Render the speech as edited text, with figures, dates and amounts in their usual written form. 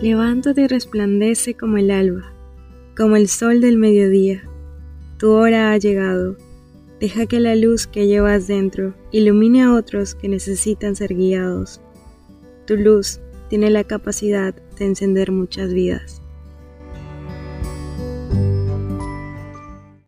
Levántate y resplandece como el alba, como el sol del mediodía. Tu hora ha llegado. Deja que la luz que llevas dentro ilumine a otros que necesitan ser guiados. Tu luz tiene la capacidad de encender muchas vidas.